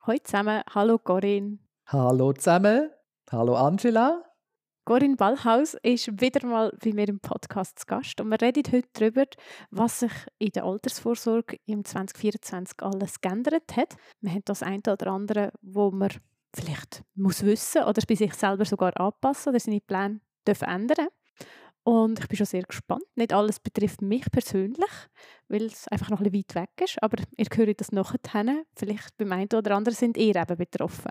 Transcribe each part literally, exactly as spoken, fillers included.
Hallo zusammen, hallo Corinne. Hallo zusammen, hallo Angela. Corinne Ballhaus ist wieder mal bei mir im Podcast zu Gast und wir reden heute darüber, was sich in der Altersvorsorge im zwanzig vierundzwanzig alles geändert hat. Wir haben das eine oder andere, wo man vielleicht muss wissen oder es bei sich selber sogar anpassen oder seine Pläne dürfen ändern. Und ich bin schon sehr gespannt. Nicht alles betrifft mich persönlich, weil es einfach noch ein bisschen weit weg ist. Aber ihr hört das nachher. Vielleicht beim einen oder anderen sind ihr eben betroffen.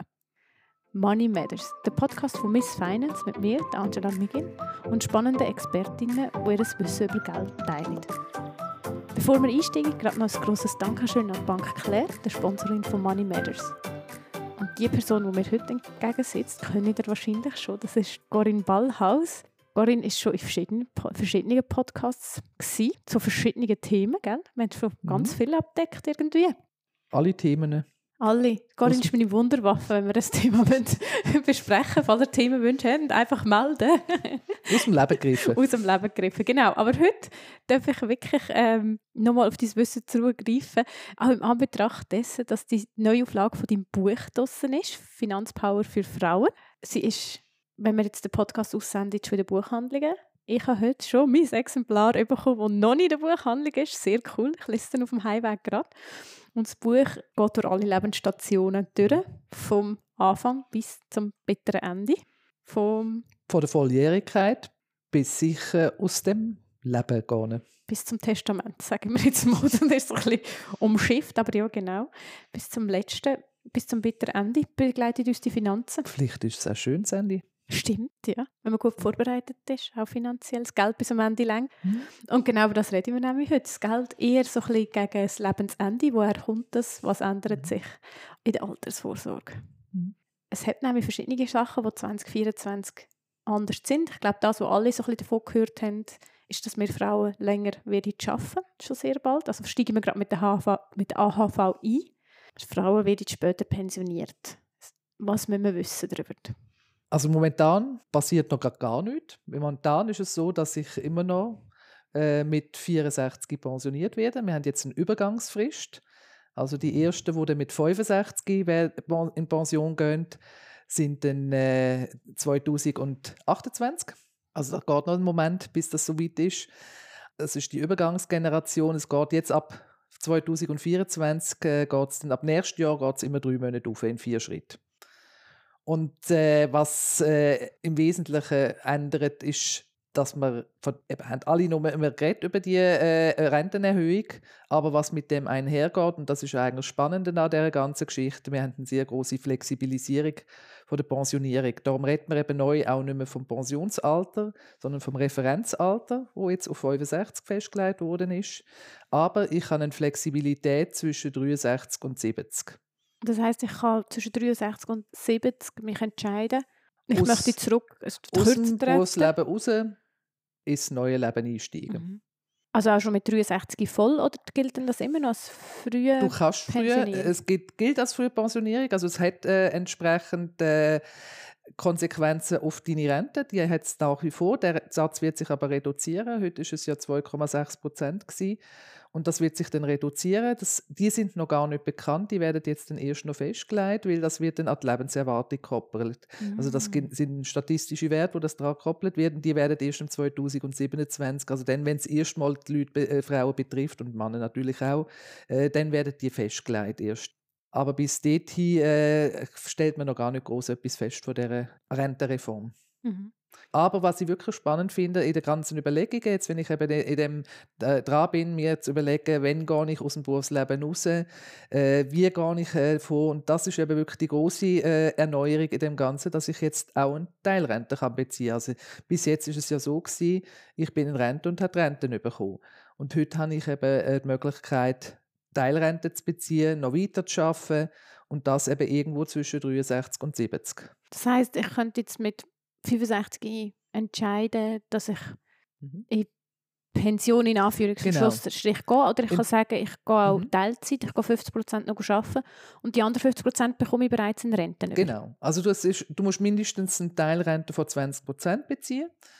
Money Matters, der Podcast von Miss Finance mit mir, Angela Migin, und spannenden Expertinnen, die ihr Wissen über Geld teilen. Bevor wir einsteigen, gerade noch ein grosses Dankeschön an die Bank Claire, der Sponsorin von Money Matters. Und die Person, die mir heute entgegen sitzt, kennt ihr wahrscheinlich schon. Das ist Corinne Ballhaus. Corinne ist schon in verschiedenen, verschiedenen Podcasts gewesen, zu verschiedenen Themen, gell? Wir haben schon mhm. ganz viel abgedeckt irgendwie. Alle Themen. Alle. Corinne ist meine Wunderwaffe, wenn wir ein Thema besprechen. Falls ihr Themenwünsche habt, einfach melden. Aus dem Leben gegriffen. Aus dem Leben gegriffen, genau. Aber heute darf ich wirklich ähm, nochmal auf dein Wissen zurückgreifen. Auch im Anbetracht dessen, dass die Neuauflage von deinem Buch draussen ist, Finanzpower für Frauen. Sie ist, wenn wir jetzt den Podcast aussenden, schon in den Buchhandlungen. Ich habe heute schon mein Exemplar bekommen, das noch nicht in der Buchhandlung ist. Sehr cool. Ich lese es auf dem Heimweg gerade. Und das Buch geht durch alle Lebensstationen durch, vom Anfang bis zum bitteren Ende. Vom Von der Volljährigkeit bis sicher aus dem Leben gehen. Bis zum Testament, sagen wir jetzt mal. Das ist so ein bisschen umschifft, aber ja, genau. Bis zum letzten, bis zum bitteren Ende begleitet uns die Finanzen. Vielleicht ist es ein schönes Ende. Stimmt, ja. Wenn man gut vorbereitet ist, auch finanziell, das Geld bis am Ende lang. Mhm. Und genau über das reden wir nämlich heute. Das Geld eher so ein bisschen gegen das Lebensende. Woher kommt das? Was ändert mhm. sich in der Altersvorsorge? Mhm. Es hat nämlich verschiedene Sachen, die zwanzig vierundzwanzig anders sind. Ich glaube, das, was alle so ein bisschen davon gehört haben, ist, dass wir Frauen länger werden arbeiten, schon sehr bald. Also steigen wir gerade mit der, H V, mit der A H V ein. Frauen werden später pensioniert. Was müssen wir wissen darüber? Also momentan passiert noch gar nichts. Momentan ist es so, dass ich immer noch äh, mit vierundsechzig pensioniert werde. Wir haben jetzt eine Übergangsfrist. Also die Ersten, die dann mit fünfundsechzig in Pension gehen, sind dann äh, zwanzig achtundzwanzig. Also das geht noch einen Moment, bis das so weit ist. Das ist die Übergangsgeneration. Es geht jetzt ab zwanzig vierundzwanzig, äh, geht's dann, ab nächstes Jahr geht es immer drei Monate auf in vier Schritten. Und äh, was äh, im Wesentlichen ändert, ist, dass wir von, eben, haben alle nur immer geredet über die äh, Rentenerhöhung, aber was mit dem einhergeht, und das ist eigentlich spannend an dieser ganzen Geschichte, wir haben eine sehr große Flexibilisierung von der Pensionierung. Darum reden wir eben neu auch nicht mehr vom Pensionsalter, sondern vom Referenzalter, das jetzt auf fünfundsechzig festgelegt worden ist. Aber ich habe eine Flexibilität zwischen dreiundsechzig und siebzig. Das heisst, ich kann zwischen dreiundsechzig und siebzig mich entscheiden. Ich aus, möchte zurück aus dem Berufsleben raus ins neue Leben einsteigen. Mhm. Also auch schon mit dreiundsechzig voll, oder gilt denn das immer noch als frühe Du kannst früher, es gilt, gilt als frühe Pensionierung, also es hat äh, entsprechend äh, Konsequenzen auf deine Rente, die hat es nach wie vor, der Satz wird sich aber reduzieren, heute war es ja zwei Komma sechs Prozent gewesen. Und das wird sich dann reduzieren. Das, die sind noch gar nicht bekannt, die werden jetzt dann erst noch festgelegt, weil das wird dann an die Lebenserwartung gekoppelt. Mhm. Also das sind statistische Werte, wo das daran gekoppelt werden, die werden erst im zwanzig siebenundzwanzig, also dann, wenn es erstmal die Leute, äh, Frauen betrifft und Männer natürlich auch, äh, dann werden die festgelegt erst. Aber bis dorthin äh, stellt man noch gar nicht groß etwas fest von dieser Rentenreform. Mhm. Aber was ich wirklich spannend finde in den ganzen Überlegungen, jetzt, wenn ich eben in dem äh, dran bin, mir zu überlegen, wann gehe ich aus dem Berufsleben raus, äh, wie gehe ich äh, vor, und das ist eben wirklich die grosse äh, Erneuerung in dem Ganzen, dass ich jetzt auch eine Teilrente kann beziehen kann. Also bis jetzt ist es ja so gewesen, ich bin in Rente und habe Renten bekommen. Und heute habe ich eben äh, die Möglichkeit, Teilrente zu beziehen, noch weiter zu arbeiten und das eben irgendwo zwischen dreiundsechzig und siebzig. Das heisst, ich könnte jetzt mit fünfundsechzig entscheiden, dass ich mhm. in Pension in Anführungsstrich genau. gehe, oder ich Im kann sagen, ich gehe auch mhm. Teilzeit, ich gehe fünfzig Prozent noch arbeiten und die anderen fünfzig Prozent bekomme ich bereits in Rente. Genau, also du, ist, du musst mindestens eine Teilrente von zwanzig Prozent beziehen.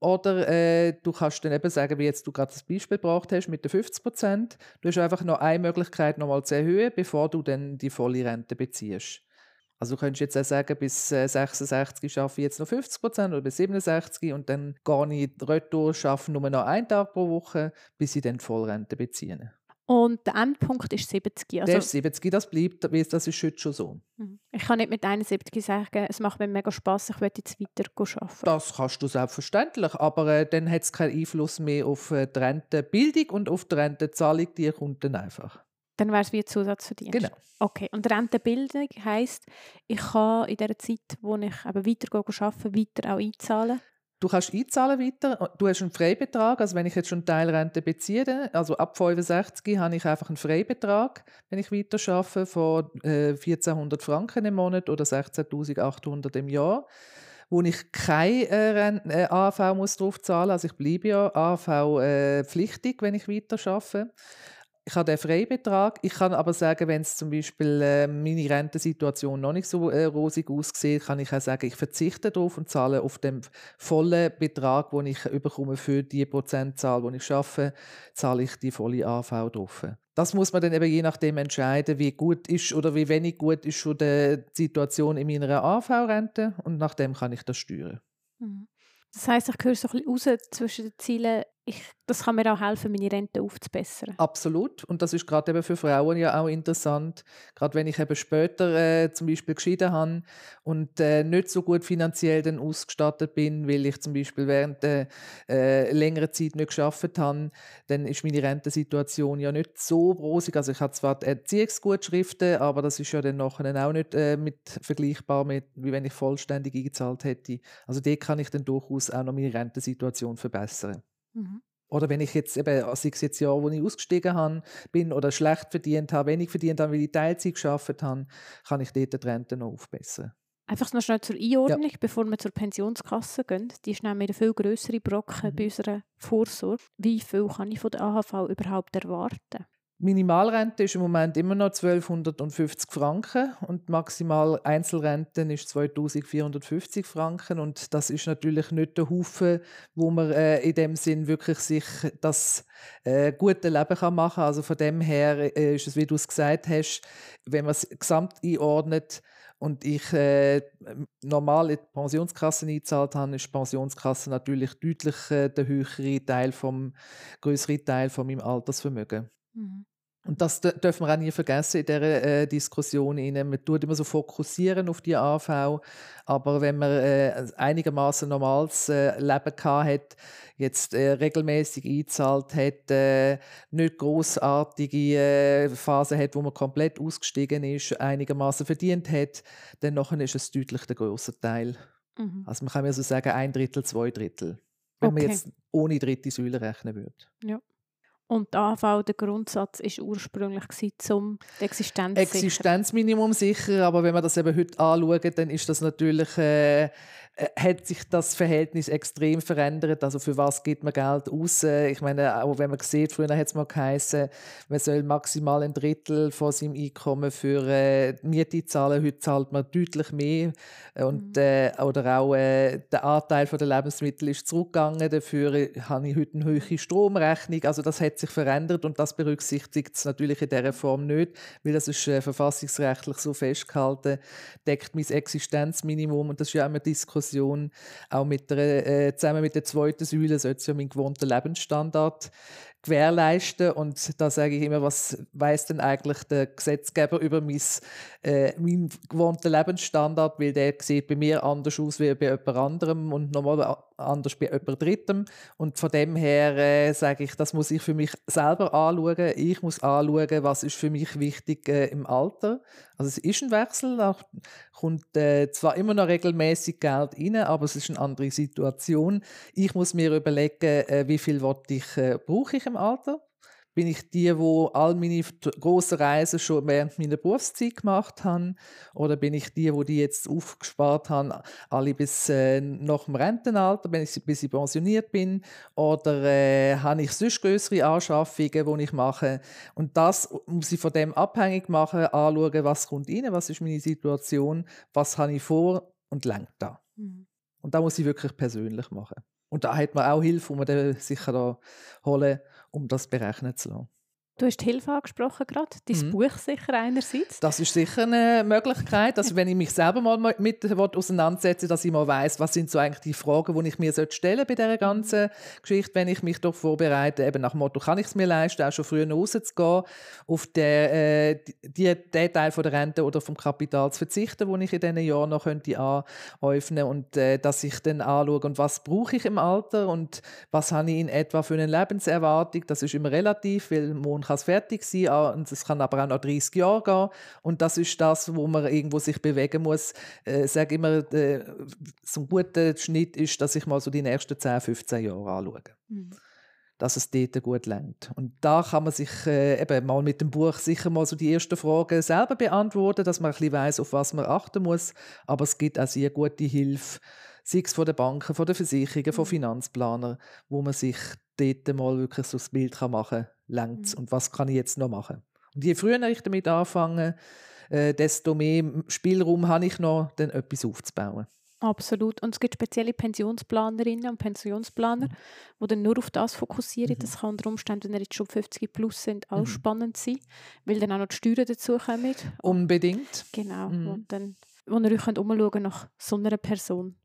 Oder äh, du kannst dann eben sagen, wie jetzt du gerade das Beispiel gebracht hast mit den fünfzig Prozent. Du hast einfach noch eine Möglichkeit, nochmal zu erhöhen, bevor du dann die volle Rente beziehst. Also du könntest jetzt auch sagen, bis äh, sechsundsechzig arbeite ich jetzt noch fünfzig Prozent oder bis siebenundsechzig und dann gehe ich retour, arbeite nur noch einen Tag pro Woche, bis ich dann die Vollrente beziehe. Und der Endpunkt ist siebzig. Also, der ist siebzig, das bleibt, weil das ist heute schon so. Ich kann nicht mit einundsiebzig sagen, es macht mir mega Spass, ich möchte jetzt weiter arbeiten. Das kannst du selbstverständlich, aber äh, dann hat es keinen Einfluss mehr auf äh, die Rentenbildung und auf die Rentenzahlung, die kommt dann einfach. Dann wäre es wie ein Zusatzverdienst. Genau. Okay, und Rentenbildung heisst, ich kann in der Zeit, wo ich eben weiter arbeite, weiter auch einzahlen? Du kannst einzahlen weiter, du hast einen Freibetrag, also wenn ich jetzt schon Teilrente beziehe, also ab fünfundsechzig habe ich einfach einen Freibetrag, wenn ich weiter arbeite, von äh, vierzehnhundert Franken im Monat oder sechzehntausendachthundert im Jahr, wo ich keine äh, äh, A A V muss drauf zahlen, also ich bleibe ja A A V äh, pflichtig, wenn ich weiter arbeite. Ich habe den Freibetrag. Ich kann aber sagen, wenn es zum Beispiel äh, meine Rentensituation noch nicht so äh, rosig aussieht, kann ich auch sagen, ich verzichte darauf und zahle auf den vollen Betrag, den ich bekomme für die Prozentzahl, die ich arbeite, zahle ich die volle A V drauf. Das muss man dann eben je nachdem entscheiden, wie gut ist oder wie wenig gut ist schon die Situation in meiner A V-Rente und nach dem kann ich das steuern. Mhm. Das heisst, ich höre so ein bisschen raus zwischen den Zielen, ich, das kann mir auch helfen, meine Rente aufzubessern. Absolut. Und das ist gerade eben für Frauen ja auch interessant. Gerade wenn ich eben später äh, zum Beispiel geschieden habe und äh, nicht so gut finanziell dann ausgestattet bin, weil ich zum Beispiel während der äh, längeren Zeit nicht gearbeitet habe, dann ist meine Rentensituation ja nicht so rosig. Also ich habe zwar die Erziehungsgutschriften, aber das ist ja dann nachher auch nicht äh, mit vergleichbar mit, wie wenn ich vollständig eingezahlt hätte. Also dort kann ich dann durchaus auch noch meine Rentensituation verbessern. Mhm. Oder wenn ich jetzt eben, sei es jetzt Jahr, wo ich ausgestiegen habe, bin oder schlecht verdient habe, wenig verdient habe, weil ich Teilzeit gearbeitet habe, kann ich dort die Rente noch aufbessern. Einfach noch schnell zur Einordnung, ja. Bevor wir zur Pensionskasse gehen. Die ist nämlich eine viel grössere Brocken mhm. bei unserer Vorsorge. Wie viel kann ich von der A H V überhaupt erwarten? Minimalrente ist im Moment immer noch zwölfhundertfünfzig Franken und maximal Einzelrente ist zweitausendvierhundertfünfzig Franken und das ist natürlich nicht der Haufen, wo man äh, in dem Sinn wirklich sich das äh, gute Leben kann machen kann. Also von dem her äh, ist es, wie du es gesagt hast, wenn man es gesamt einordnet und ich äh, normal in die Pensionskasse eingezahlt habe, ist die Pensionskasse natürlich deutlich äh, der höhere Teil vom größere Teil von meinem Altersvermögen. Mhm. Und das dürfen wir auch nie vergessen in dieser äh, Diskussion. Man tut immer so fokussieren auf die A V, aber wenn man äh, einigermaßen normales äh, Leben gehabt hat, jetzt äh, regelmäßig eingezahlt hat, äh, nicht grossartige äh, Phasen hat, wo man komplett ausgestiegen ist, einigermaßen verdient hat, dann nachher ist es deutlich der grösste Teil. Mhm. Also man kann mir so sagen, ein Drittel, zwei Drittel, wenn okay. man jetzt ohne dritte Säule rechnen würde. Ja. Und die A V, der Grundsatz war ursprünglich zum Existenz Existenzminimum sicher, aber wenn wir das eben heute anschauen, dann ist das natürlich, äh, hat sich das Verhältnis extrem verändert. Also für was gibt man Geld aus? Ich meine, auch wenn man sieht, früher hat es mal geheißen, man soll maximal ein Drittel von seinem Einkommen für äh, Miete zahlen. Heute zahlt man deutlich mehr. Und, äh, oder auch äh, der Anteil der Lebensmittel ist zurückgegangen. Dafür habe ich heute eine hohe Stromrechnung. Also das hat sich verändert und das berücksichtigt es natürlich in dieser Form nicht, weil das ist äh, verfassungsrechtlich so festgehalten, deckt mein Existenzminimum und das ist ja auch eine Diskussion, auch mit der, äh, zusammen mit der zweiten Säule sollte es ja meinen gewohnten Lebensstandard gewährleisten und da sage ich immer, was weiss denn eigentlich der Gesetzgeber über mein, äh, meinen gewohnten Lebensstandard, weil der sieht bei mir anders aus wie bei jemand anderem und nochmal anders bei jemand Drittem und von dem her äh, sage ich, das muss ich für mich selber anschauen. Ich muss anschauen, was ist für mich wichtig äh, im Alter. Also es ist ein Wechsel, da kommt äh, zwar immer noch regelmäßig Geld rein, aber es ist eine andere Situation. Ich muss mir überlegen, äh, wie viel ich, äh, brauche ich im Alter. Bin ich die, die all meine grossen Reisen schon während meiner Berufszeit gemacht haben? Oder bin ich die, die die jetzt aufgespart haben, alle bis äh, nach dem Rentenalter, bis ich, bis ich pensioniert bin? Oder äh, habe ich sonst grössere Anschaffungen, die ich mache? Und das muss ich von dem abhängig machen, anschauen, was kommt rein, was ist meine Situation, was habe ich vor und lenkt da. Mhm. Und da muss ich wirklich persönlich machen. Und da hat man auch Hilfe, die man dann sicher da holen, um das berechnen zu lassen. Du hast die Hilfe angesprochen gerade, dein Mhm. Buch sicher einerseits. Das ist sicher eine Möglichkeit, also wenn ich mich selber mal mit auseinandersetze, dass ich mal weiss, was sind so eigentlich die Fragen, die ich mir stellen bei dieser ganzen Geschichte, wenn ich mich doch vorbereite, eben nach dem Motto, kann ich es mir leisten, auch schon früher rauszugehen, auf den, äh, die, den Teil von der Rente oder vom Kapital zu verzichten, den ich in diesen Jahren noch könnte anhäufen und äh, dass ich dann anschaue, und was brauche ich im Alter und was habe ich in etwa für eine Lebenserwartung, das ist immer relativ, weil morgen kann es fertig sein, und es kann aber auch noch dreißig Jahre gehen. Und das ist das, wo man irgendwo sich bewegen muss. Äh, ich sage immer, äh, so ein guter Schnitt ist, dass ich mal so die nächsten zehn, fünfzehn Jahre anschaue. Mhm. Dass es dort gut längt. Und da kann man sich äh, eben mal mit dem Buch sicher mal so die ersten Fragen selber beantworten, dass man ein bisschen weiss, auf was man achten muss. Aber es gibt auch sehr gute Hilfe, sei es von den Banken, von den Versicherungen, von Finanzplanern, wo man sich dort mal wirklich so das Bild machen kann, längt's, und was kann ich jetzt noch machen. Und je früher ich damit anfange, äh, desto mehr Spielraum habe ich noch, dann etwas aufzubauen. Absolut. Und es gibt spezielle Pensionsplanerinnen und Pensionsplaner, mhm. die dann nur auf das fokussieren. Mhm. Das kann unter Umständen, wenn ihr jetzt schon fünfzig plus sind, auch mhm. spannend sein, weil dann auch noch die Steuern dazukommen. Unbedingt. Genau. Mhm. Und dann, wo ihr euch umschauen könnt nach so einer Person.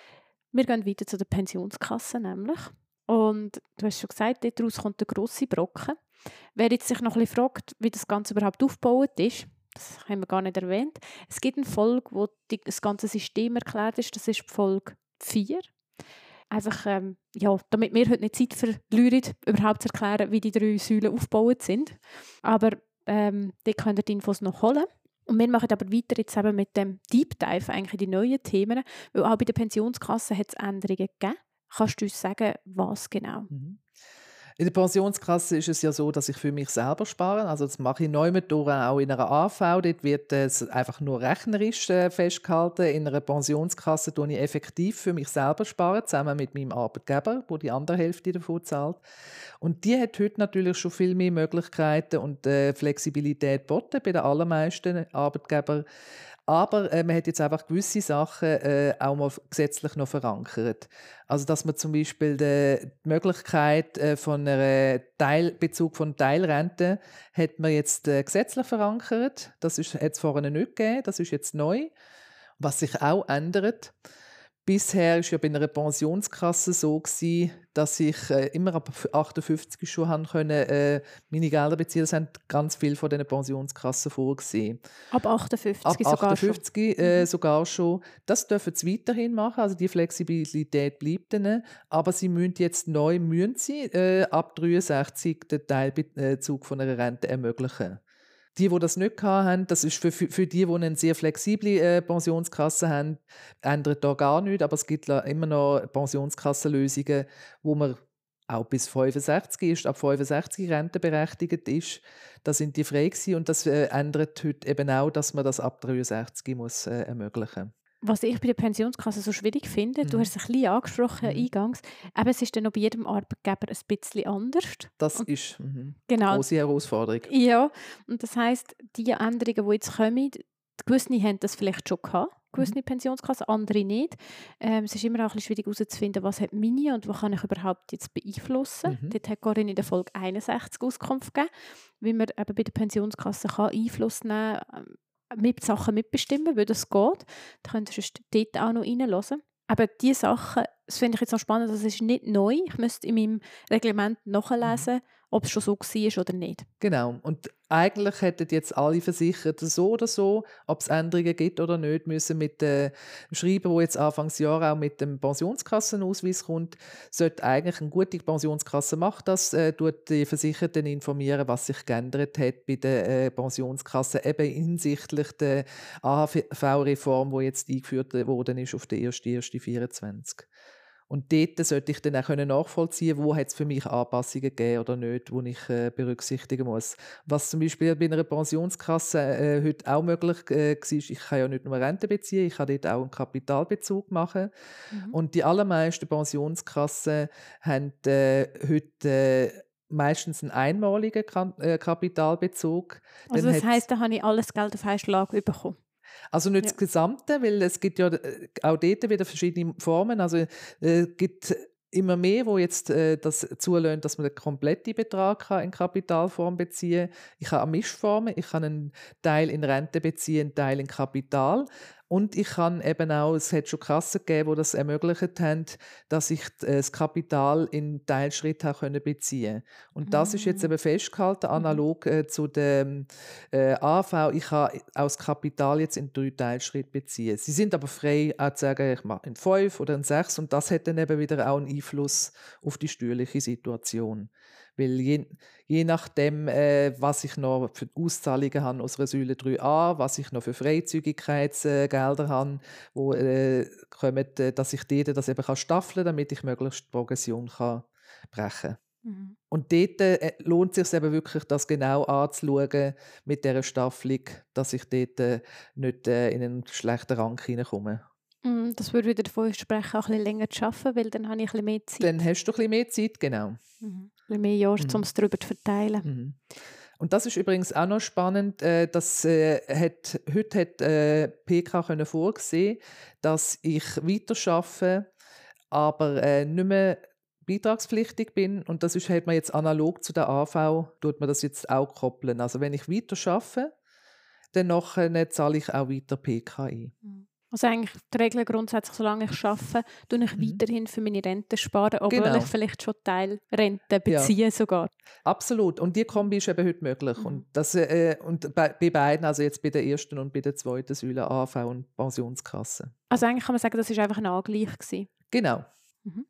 Wir gehen weiter zu der Pensionskasse nämlich. Und du hast schon gesagt, daraus kommt der grosse Brocken. Wer jetzt sich noch ein bisschen fragt, wie das Ganze überhaupt aufgebaut ist, das haben wir gar nicht erwähnt. Es gibt eine Folge, wo die, das ganze System erklärt ist. Das ist Folge vier. Einfach, ähm, ja, damit wir heute nicht Zeit verlieren, überhaupt zu erklären, wie die drei Säulen aufgebaut sind. Aber ähm, dort könnt ihr die Infos noch holen. Und wir machen aber weiter jetzt eben mit dem Deep Dive eigentlich in die neuen Themen, weil auch bei der Pensionskasse hat es Änderungen gegeben. Kannst du uns sagen, was genau? Mhm. In der Pensionskasse ist es ja so, dass ich für mich selber spare. Also das mache ich neu mit auch in einer A V. Dort wird es einfach nur rechnerisch äh, festgehalten. In einer Pensionskasse tue ich effektiv für mich selber sparen, zusammen mit meinem Arbeitgeber, der die andere Hälfte davon zahlt. Und die hat heute natürlich schon viel mehr Möglichkeiten und äh, Flexibilität geboten bei den allermeisten Arbeitgebern. Aber äh, man hat jetzt einfach gewisse Sachen äh, auch mal gesetzlich noch verankert. Also dass man zum Beispiel die, die Möglichkeit äh, von einem Teilbezug von Teilrente hat man jetzt äh, gesetzlich verankert. Das hat es vorher nicht gegeben, das ist jetzt neu. Was sich auch ändert. Bisher war es ja bei einer Pensionskasse so gewesen, dass ich äh, immer ab achtundfünfzig schon haben können, äh, meine Gelder beziehen. Das haben ganz viele von diesen Pensionskassen vorgesehen. Ab achtundfünfzig ab sogar achtundfünfzig, schon. Äh, Mhm. sogar schon. Das dürfen sie weiterhin machen, also die Flexibilität bleibt ihnen. Aber sie müssen jetzt neu müssen sie, äh, ab dreiundsechzig den Teilbezug von einer Rente ermöglichen. Die, die das nicht hatten, das ist für, für, für die, die eine sehr flexible äh, Pensionskasse haben, ändert da gar nichts. Aber es gibt immer noch Pensionskassenlösungen, wo man auch bis fünfundsechzig ist, ab fünfundsechzig rentenberechtigt ist. Da sind die frei gewesen, und das äh, ändert heute eben auch, dass man das ab dreiundsechzig muss, äh, ermöglichen. Was ich bei der Pensionskasse so schwierig finde, mhm. du hast es ein bisschen angesprochen mhm. eingangs, aber es ist dann auch bei jedem Arbeitgeber ein bisschen anders. Das und ist eine genau. grosse Herausforderung. Ja, und das heisst, die Änderungen, die jetzt kommen, gewisse haben das vielleicht schon gehabt, gewisse mhm. Pensionskassen, andere nicht. Ähm, es ist immer auch ein bisschen schwierig herauszufinden, was hat meine und was kann ich überhaupt jetzt beeinflussen. Mhm. Dort hat Corinne in der Folge einundsechzig Auskunft gegeben, wie man eben bei der Pensionskasse kann Einfluss nehmen kann, mit Sachen mitbestimmen, wie das geht. Da könnt ihr dort auch noch reinhören. Aber diese Sachen, das finde ich jetzt noch spannend, das ist nicht neu. Ich müsste in meinem Reglement nachlesen, ob es schon so war oder nicht. Genau. Und eigentlich hätten jetzt alle Versicherten so oder so, ob es Änderungen gibt oder nicht, müssen mit dem Schreiben, wo jetzt Anfangsjahr auch mit dem Pensionskassenausweis kommt, sollte eigentlich eine gute Pensionskasse machen das, äh, tut die Versicherten informieren, was sich geändert hat bei der äh, Pensionskasse, eben hinsichtlich der A H V-Reform, die jetzt eingeführt worden ist auf den ersten ersten vierundzwanzig. Und dort sollte ich dann auch nachvollziehen, wo hat es für mich Anpassungen gegeben oder nicht, die ich äh, berücksichtigen muss. Was zum Beispiel bei einer Pensionskasse äh, heute auch möglich äh, war, ich kann ja nicht nur Rente beziehen, ich kann dort auch einen Kapitalbezug machen. Mhm. Und die allermeisten Pensionskassen haben äh, heute äh, meistens einen einmaligen Kapitalbezug. Also das heisst, da habe ich alles Geld auf einen Schlag bekommen? Also nicht ja. das Gesamte, weil es gibt ja auch dort wieder verschiedene Formen. Also es gibt immer mehr, wo jetzt äh, das zulassen, dass man den kompletten Betrag kann in Kapitalform beziehen kann. Ich habe eine Mischform, ich kann einen Teil in Rente beziehen, einen Teil in Kapital. Und ich kann eben auch, es hat schon Kassen gegeben, die das ermöglicht haben, dass ich äh, das Kapital in Teilschritt habe können beziehen. Und das ist jetzt Mm. eben festgehalten, Mhm. analog äh, zu dem äh, A V. Ich kann auch das Kapital jetzt in drei Teilschritte beziehen. Sie sind aber frei, auch zu sagen, ich mache in fünf oder in sechs. Und das hat dann eben wieder auch einen Einfluss auf die steuerliche Situation. Weil je, je nachdem, äh, was ich noch für Auszahlungen habe aus einer Säule drei a, was ich noch für Freizügigkeitsgelder habe, wo äh, kommen, äh, dass ich dort das eben kann staffeln kann, damit ich möglichst die Progression kann brechen kann. Mhm. Und dort äh, lohnt es sich eben wirklich, das genau anzuschauen mit dieser Staffelung, dass ich dort äh, nicht äh, in einen schlechten Rang hineinkomme. Mm, Das würde wieder davon sprechen, auch ein bisschen länger zu arbeiten, weil dann habe ich ein bisschen mehr Zeit. Dann hast du ein bisschen mehr Zeit, genau. Mhm. Ein bisschen mehr Jahre, Mhm. um es darüber zu verteilen. Mhm. Und das ist übrigens auch noch spannend, äh, dass äh, hat, heute hat äh, P K können vorgesehen, dass ich weiter arbeite, aber äh, nicht mehr beitragspflichtig bin. Und das ist, hat man jetzt analog zu der A V, tut man das jetzt auch koppeln. Also wenn ich weiter arbeite, dann nachher zahle ich auch weiter P K ein. Mhm. Also eigentlich die Regel grundsätzlich, solange ich arbeite, tue ich Mhm. weiterhin für meine Rente sparen, obwohl Genau. ich vielleicht schon Teilrente Ja. beziehe sogar. Absolut. Und die Kombi ist eben heute möglich. Mhm. Und, das, äh, und bei, bei beiden, also jetzt bei der ersten und bei der zweiten Säule A V und Pensionskasse. Also eigentlich kann man sagen, das war einfach ein Angleich gewesen. Genau. Mhm.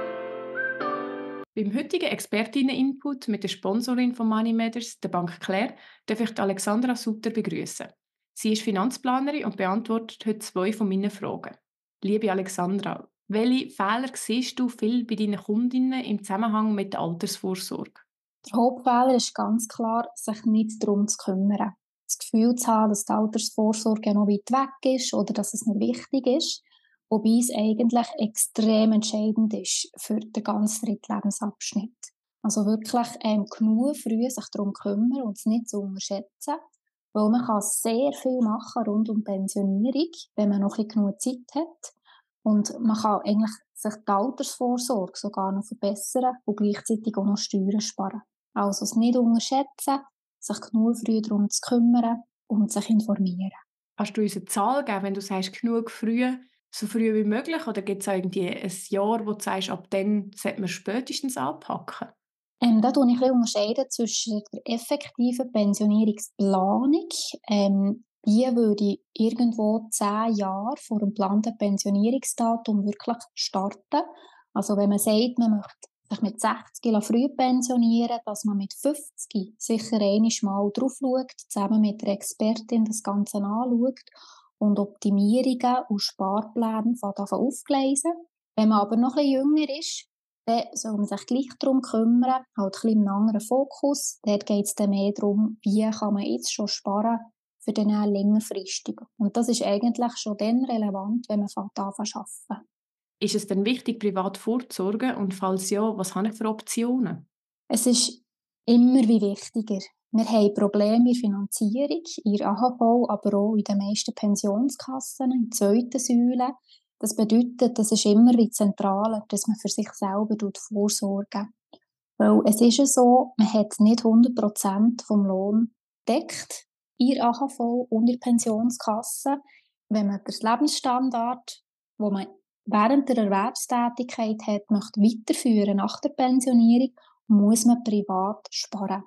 Beim heutigen Expertinnen-Input mit der Sponsorin von Money Matters, der Bank Claire, darf ich Alexandra Sutter begrüßen. Sie ist Finanzplanerin und beantwortet heute zwei von meinen Fragen. Liebe Alexandra, welche Fehler siehst du viel bei deinen Kundinnen im Zusammenhang mit der Altersvorsorge? Der Hauptfehler ist ganz klar, sich nicht darum zu kümmern. Das Gefühl zu haben, dass die Altersvorsorge noch weit weg ist oder dass es nicht wichtig ist, wobei es eigentlich extrem entscheidend ist für den ganzen dritten Lebensabschnitt. Also wirklich ähm, genug früh sich darum kümmern und es nicht zu unterschätzen, weil man kann sehr viel machen rund um die Pensionierung, wenn man noch ein bisschen genug Zeit hat. Und man kann eigentlich sich die Altersvorsorge sogar noch verbessern und gleichzeitig auch noch Steuern sparen. Also es nicht unterschätzen, sich genug früh darum zu kümmern und sich informieren. Kannst du uns eine Zahl geben, wenn du sagst, genug früh, so früh wie möglich? Oder gibt es irgendwie ein Jahr, wo du sagst, ab dann sollte man spätestens anpacken? Ähm, da unterscheide ich ein bisschen unterscheiden zwischen der effektiven Pensionierungsplanung. Ähm, die würde ich irgendwo zehn Jahre vor dem geplanten Pensionierungsdatum wirklich starten. Also wenn man sagt, man möchte sich mit sechzig früh pensionieren, dass man mit fünfzig sicher einmal mal drauf schaut, zusammen mit der Expertin das Ganze anschaut und Optimierungen und Sparpläne aufgleisen. Wenn man aber noch ein bisschen jünger ist, dann soll man sich gleich darum kümmern, halt ein bisschen einen anderen Fokus. Dort geht es dann mehr darum, wie kann man jetzt schon sparen für den längerfristig. Und das ist eigentlich schon dann relevant, wenn man anfängt zu arbeiten. Ist es denn wichtig, privat vorzusorgen? Und falls ja, was habe ich für Optionen? Es ist immer wie wichtiger. Wir haben Probleme in der Finanzierung, in der A H V, aber auch in den meisten Pensionskassen, in der zweiten Säule. Das bedeutet, es ist immer wie zentraler, dass man für sich selber vorsorgen. Weil es ist ja so, man hat nicht hundert Prozent vom Lohn deckt in der A H V und in der Pensionskasse. Wenn man den Lebensstandard, den man während der Erwerbstätigkeit hat, möchte weiterführen nach der Pensionierung, muss man privat sparen.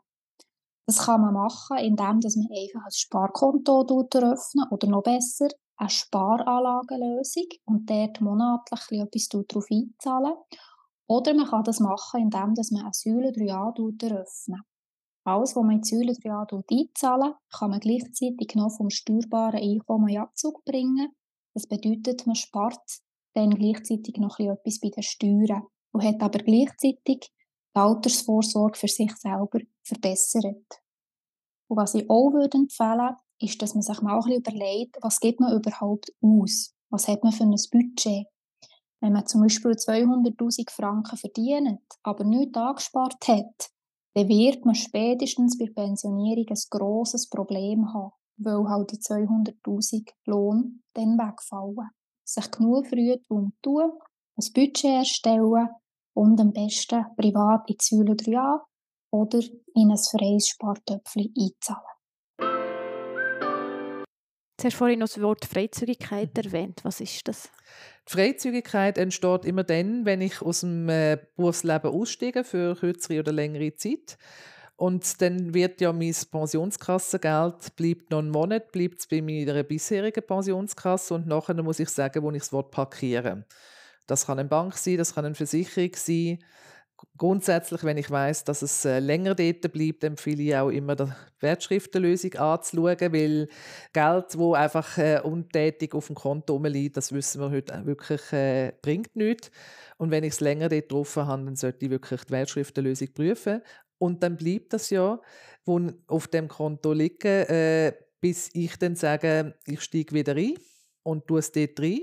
Das kann man machen, indem man einfach ein Sparkonto eröffnet oder noch besser eine Sparanlagenlösung und dort monatlich etwas darauf einzahlen. Oder man kann das machen, indem man eine Säule drei a eröffnet. Alles, was man in die Säule drei a einzahlen, kann man gleichzeitig noch vom steuerbaren Einkommen in Abzug bringen. Das bedeutet, man spart dann gleichzeitig noch etwas bei den Steuern und hat aber gleichzeitig die Altersvorsorge für sich selber verbessert. Und was ich auch würde empfehlen, ist, dass man sich mal ein bisschen überlegt, was gibt man überhaupt aus? Was hat man für ein Budget? Wenn man zum Beispiel zweihunderttausend Franken verdient, aber nichts angespart hat, dann wird man spätestens bei der Pensionierung ein grosses Problem haben, weil halt die zweihunderttausend Lohn dann wegfallen. Sich genug früh darum tun, ein Budget erstellen und am besten privat in die Säule drei a oder in ein freies Spartöpfchen einzahlen. Du hast vorhin noch das Wort Freizügigkeit erwähnt. Was ist das? Die Freizügigkeit entsteht immer dann, wenn ich aus dem äh, Berufsleben aussteige für kürzere oder längere Zeit. Und dann wird ja mein Pensionskassengeld, bleibt noch einen Monat, bleibt es bei meiner bisherigen Pensionskasse und nachher muss ich sagen, wo ich es parkieren will. Das kann eine Bank sein, das kann eine Versicherung sein. Grundsätzlich, wenn ich weiss, dass es äh, länger dort bleibt, empfehle ich auch immer, die Wertschriftenlösung anzuschauen, weil Geld, das einfach äh, untätig auf dem Konto rumliegt, das wissen wir heute wirklich, äh, bringt nichts. Und wenn ich es länger dort drauf habe, dann sollte ich wirklich die Wertschriftenlösung prüfen. Und dann bleibt das ja, wo auf dem Konto liegt, äh, bis ich dann sage, ich steige wieder ein und tue es dort rein.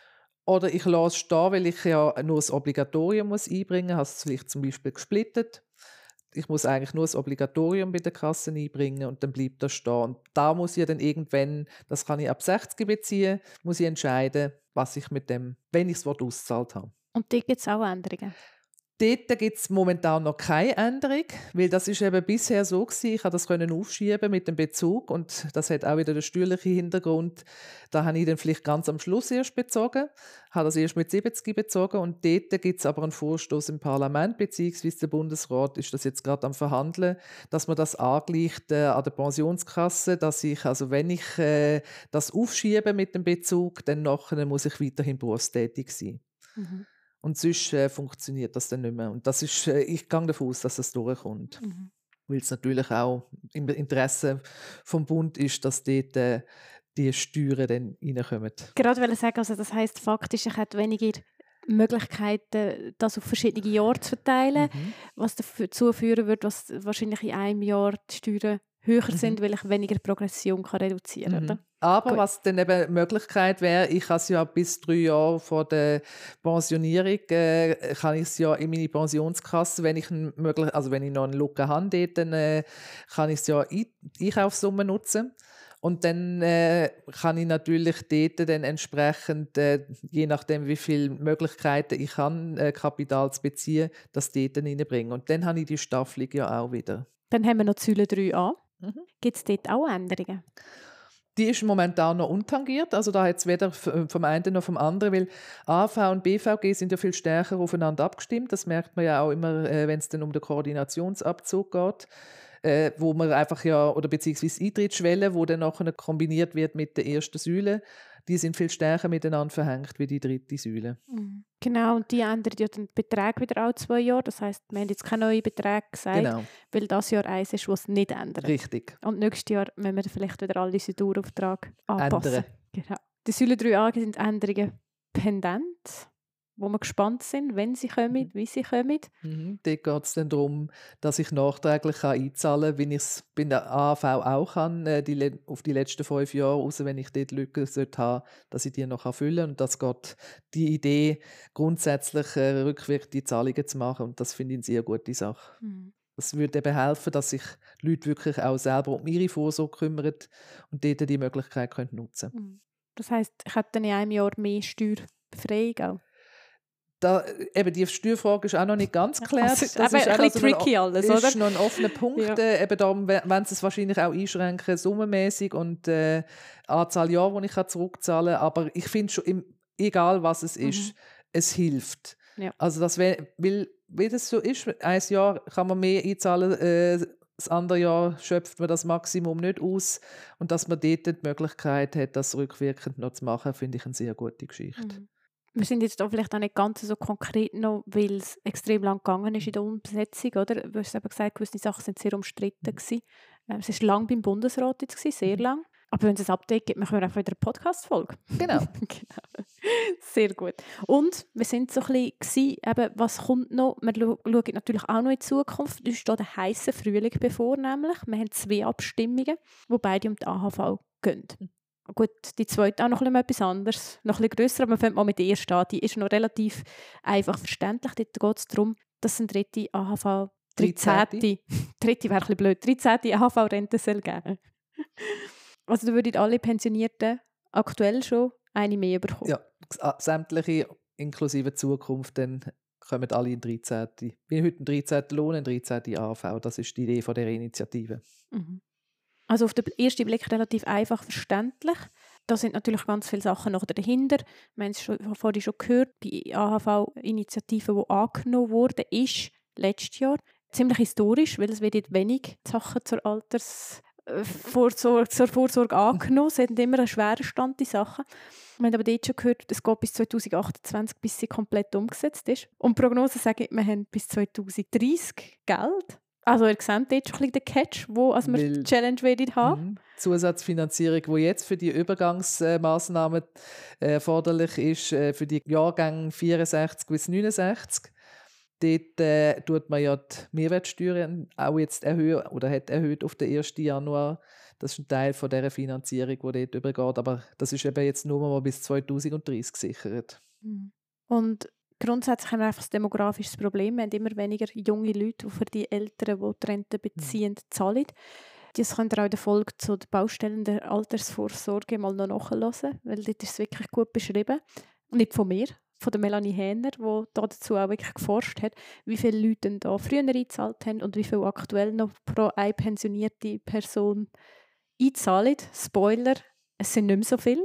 Oder ich lasse es stehen, weil ich ja nur das Obligatorium muss einbringen muss. Habe es vielleicht zum Beispiel gesplittet. Ich muss eigentlich nur das Obligatorium bei der Kasse einbringen und dann bleibt das stehen. Und da muss ich dann irgendwann, das kann ich ab sechzig beziehen, muss ich entscheiden, was ich mit dem, wenn ich es ausgezahlt habe. Und da gibt es auch Änderungen? Dort gibt es momentan noch keine Änderung, weil das ist eben bisher so gewesen. Ich konnte das können aufschieben mit dem Bezug und das hat auch wieder den steuerlichen Hintergrund. Da habe ich dann vielleicht ganz am Schluss erst bezogen, habe das erst mit siebzig bezogen und dort gibt es aber einen Vorstoß im Parlament, beziehungsweise der Bundesrat ist das jetzt gerade am Verhandeln, dass man das angleicht äh, an der Pensionskasse, dass ich, also wenn ich äh, das aufschiebe mit dem Bezug, dann nachher muss ich weiterhin berufstätig sein. Mhm. Und sonst äh, funktioniert das dann nicht mehr. Und das ist, äh, ich gehe davon aus, dass das durchkommt. Mhm. Weil es natürlich auch im Interesse vom Bund ist, dass dort äh, die Steuern dann reinkommen. Gerade weil ich sage, also das heisst faktisch, ich hätte weniger Möglichkeiten, das auf verschiedene Jahre zu verteilen, Mhm. was dazu führen würde, dass wahrscheinlich in einem Jahr die Steuern höher Mhm. sind, weil ich weniger Progression kann reduzieren kann. Mhm. Oder? Aber Gut. was dann eben die Möglichkeit wäre, ich kann es ja bis drei Jahre vor der Pensionierung, äh, kann ich es ja in meine Pensionskasse, wenn ich, ein möglich, also wenn ich noch eine Lücke habe, dort, dann äh, kann ich es ja in Einkaufssumme nutzen. Und dann äh, kann ich natürlich dort dann entsprechend, äh, je nachdem wie viele Möglichkeiten ich habe, äh, Kapital zu beziehen, das dort dann reinbringen. Und dann habe ich die Staffelung ja auch wieder. Dann haben wir noch die Säule drei a. Mhm. Gibt es dort auch Änderungen? Die ist momentan noch untangiert, also da hat es weder vom einen noch vom anderen, weil A V und B V G sind ja viel stärker aufeinander abgestimmt. Das merkt man ja auch immer, wenn es dann um den Koordinationsabzug geht, äh, wo man einfach ja, oder beziehungsweise Eintrittsschwelle, wo dann nachher kombiniert wird mit der ersten Säule, die sind viel stärker miteinander verhängt wie die dritte Säule. Mhm. Genau, und die ändern ja den Betrag wieder alle zwei Jahre. Das heisst, wir haben jetzt keine neuen Beträge gesagt, Genau, weil das Jahr eins ist, was es nicht ändert. richtig. Und nächstes Jahr müssen wir vielleicht wieder alle unseren Dauerauftrag anpassen. Ändern. Genau. Die Säule drei a sind Änderungen pendent, wo wir gespannt sind, wenn sie kommen, wie sie kommen. Mhm. Dort geht es dann darum, dass ich nachträglich einzahlen kann, wie ich es bei der A V auch kann, äh, die, le- auf die letzten fünf Jahre raus, wenn ich dort Lücken sollte haben, dass ich die noch erfüllen kann. Und das geht die Idee, grundsätzlich äh, rückwirkende Zahlungen zu machen. Und das finde ich eine sehr gute Sache. Mhm. Das würde eben helfen, dass sich die Leute wirklich auch selber um ihre Vorsorge kümmern und dort die Möglichkeit können nutzen können. Mhm. Das heisst, ich hätte dann in einem Jahr mehr Steuerbefreiung auch. Da, eben die Steuerfrage ist auch noch nicht ganz geklärt. Also, das eben ist ein auch bisschen noch tricky alles, ist oder? noch ein offener Punkt. Ja. Äh, eben darum wollen sie es wahrscheinlich auch einschränken, summenmäßig und äh, Anzahl Jahre, die ich zurückzahlen kann. Aber ich finde schon, im, egal was es ist, Mhm. es hilft. Ja. Also das wär, weil, wie das so ist, ein Jahr kann man mehr einzahlen, äh, das andere Jahr schöpft man das Maximum nicht aus. Und dass man dort die Möglichkeit hat, das rückwirkend noch zu machen, finde ich eine sehr gute Geschichte. Mhm. Wir sind jetzt auch vielleicht auch nicht ganz so konkret noch, weil es extrem lang gegangen ist in der Umsetzung, oder? Du hast eben gesagt, gewisse Sachen sind sehr umstritten gewesen. Ähm, Es war lang beim Bundesrat jetzt gewesen, sehr lang. Aber wenn es ein Update gibt, machen wir einfach wieder eine Podcast-Folge. Genau. Genau. Sehr gut. Und wir sind so ein bisschen gewesen, eben, was kommt noch? Wir schauen natürlich auch noch in die Zukunft. Uns steht ein heisser Frühling bevor, nämlich. Wir haben zwei Abstimmungen, die beide um die A H V gehen. Gut, die zweite auch noch ein bisschen etwas anderes, noch ein bisschen grösser, aber wir fangen mal mit der ersten an. Die ist noch relativ einfach verständlich. Dort geht es darum, dass ein dritte A H V, dreizehnte dritte wäre ein bisschen blöd, dreizehnte A H V-Rente soll geben. Also da würden alle Pensionierten aktuell schon eine mehr bekommen. Ja, sämtliche inklusive Zukunft, dann kommen alle in dreizehnten Wie heute ein dreizehnten Lohn, ein dreizehnten A V. Das ist die Idee von dieser Initiative. Mhm. Also auf den ersten Blick relativ einfach verständlich. Da sind natürlich ganz viele Sachen noch dahinter. Wir haben es schon, vorhin schon gehört, die A H V-Initiative, die angenommen wurde, ist letztes Jahr ziemlich historisch, weil es wird wenig Sachen zur Altersvorsorge, zur Vorsorge angenommen. Es sind immer ein schwerer Stand, die Sachen. Wir haben aber dort schon gehört, es geht bis zwanzig achtundzwanzig, bis sie komplett umgesetzt ist. Und die Prognosen sagen, wir haben bis zwanzig dreißig Geld. Also ihr seht dort schon ein bisschen den Catch, wo also wir die Challenge werden haben. Mhm. Zusatzfinanzierung, die jetzt für die Übergangsmaßnahmen erforderlich ist, äh, für die Jahrgänge vierundsechzig bis neunundsechzig. Dort äh, tut man ja die Mehrwertsteuer auch jetzt erhöhen oder hat erhöht auf den ersten Januar. Das ist ein Teil von dieser Finanzierung, die dort übergeht. Aber das ist eben jetzt nur mal bis zwanzig dreißig gesichert. Und grundsätzlich haben wir einfach ein demografisches Problem. Wir haben immer weniger junge Leute, die für die Eltern, die die Rente beziehen, zahlen. Das könnt ihr auch in der Folge zu den Baustellen der Altersvorsorge mal noch nachhören, weil dort ist es wirklich gut beschrieben. Nicht von mir, von der Melanie Hähner, die dazu auch wirklich geforscht hat, wie viele Leute da früher eingezahlt haben und wie viel aktuell noch pro eine pensionierte Person einzahlen. Spoiler, es sind nicht mehr so viele.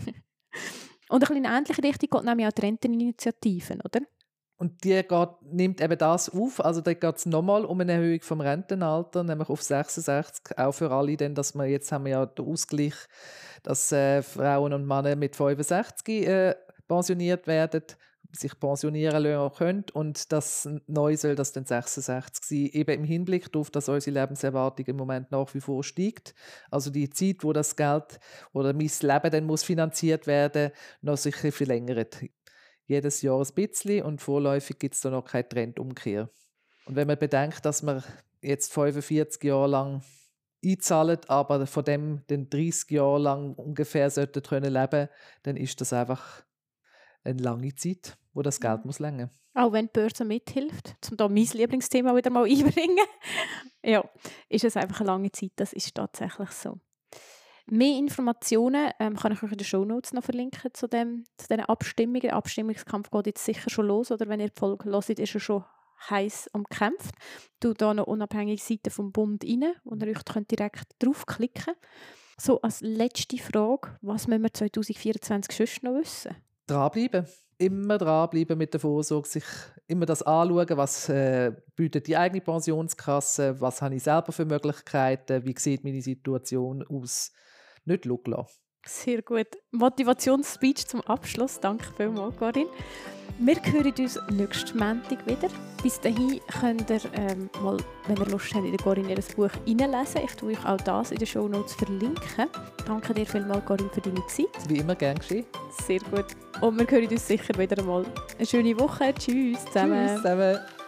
Und ein bisschen in eine ähnliche Richtung geht nämlich auch die Renteninitiativen, oder? Und die geht, nimmt eben das auf, also da geht es nochmal um eine Erhöhung vom Rentenalter, nämlich auf sechsundsechzig, auch für alle, denn dass wir jetzt haben wir ja den Ausgleich, dass äh, Frauen und Männer mit fünfundsechzig äh, pensioniert werden, sich pensionieren lassen können und das neu soll das dann sechsundsechzig sein, eben im Hinblick darauf, dass unsere Lebenserwartung im Moment nach wie vor steigt. Also die Zeit, wo das Geld oder mein Leben dann muss finanziert werden, noch sicher verlängert. Jedes Jahr ein bisschen und vorläufig gibt es da noch keine Trendumkehr. Und wenn man bedenkt, dass man jetzt fünfundvierzig Jahre lang einzahlen, aber von dem dann dreißig Jahre lang ungefähr sollten können leben, dann ist das einfach eine lange Zeit, wo das Geld muss länger. Auch wenn die Börse mithilft, um da mein Lieblingsthema wieder mal einbringen. Ja, ist es einfach eine lange Zeit, das ist tatsächlich so. Mehr Informationen ähm, kann ich euch in den Shownotes noch verlinken zu, dem, zu diesen Abstimmungen. Der Abstimmungskampf geht jetzt sicher schon los, oder wenn ihr die Folge hört, ist er schon heiß umkämpft. Du da noch unabhängige Seiten vom Bund rein, wo ihr euch könnt direkt draufklicken könnt. So als letzte Frage, was müssen wir zwanzig vierundzwanzig sonst noch wissen? Dranbleiben. Immer dranbleiben mit der Vorsorge, sich immer das anschauen, was äh, bietet die eigene Pensionskasse, was habe ich selber für Möglichkeiten, wie sieht meine Situation aus. Nicht schauen lassen. Sehr gut. Motivationsspeech zum Abschluss. Danke vielmals, Corinne. Wir hören uns nächsten Montag wieder. Bis dahin könnt ihr ähm, mal, wenn ihr Lust habt, in der Corinne ihr Buch reinlesen. Ich tue euch auch das in den Shownotes verlinken. Danke dir vielmals, Corinne, für deine Zeit. Wie immer, gern geschehen. Sehr gut. Und wir hören uns sicher wieder mal. Eine schöne Woche. Tschüss zusammen. Tschüss zusammen.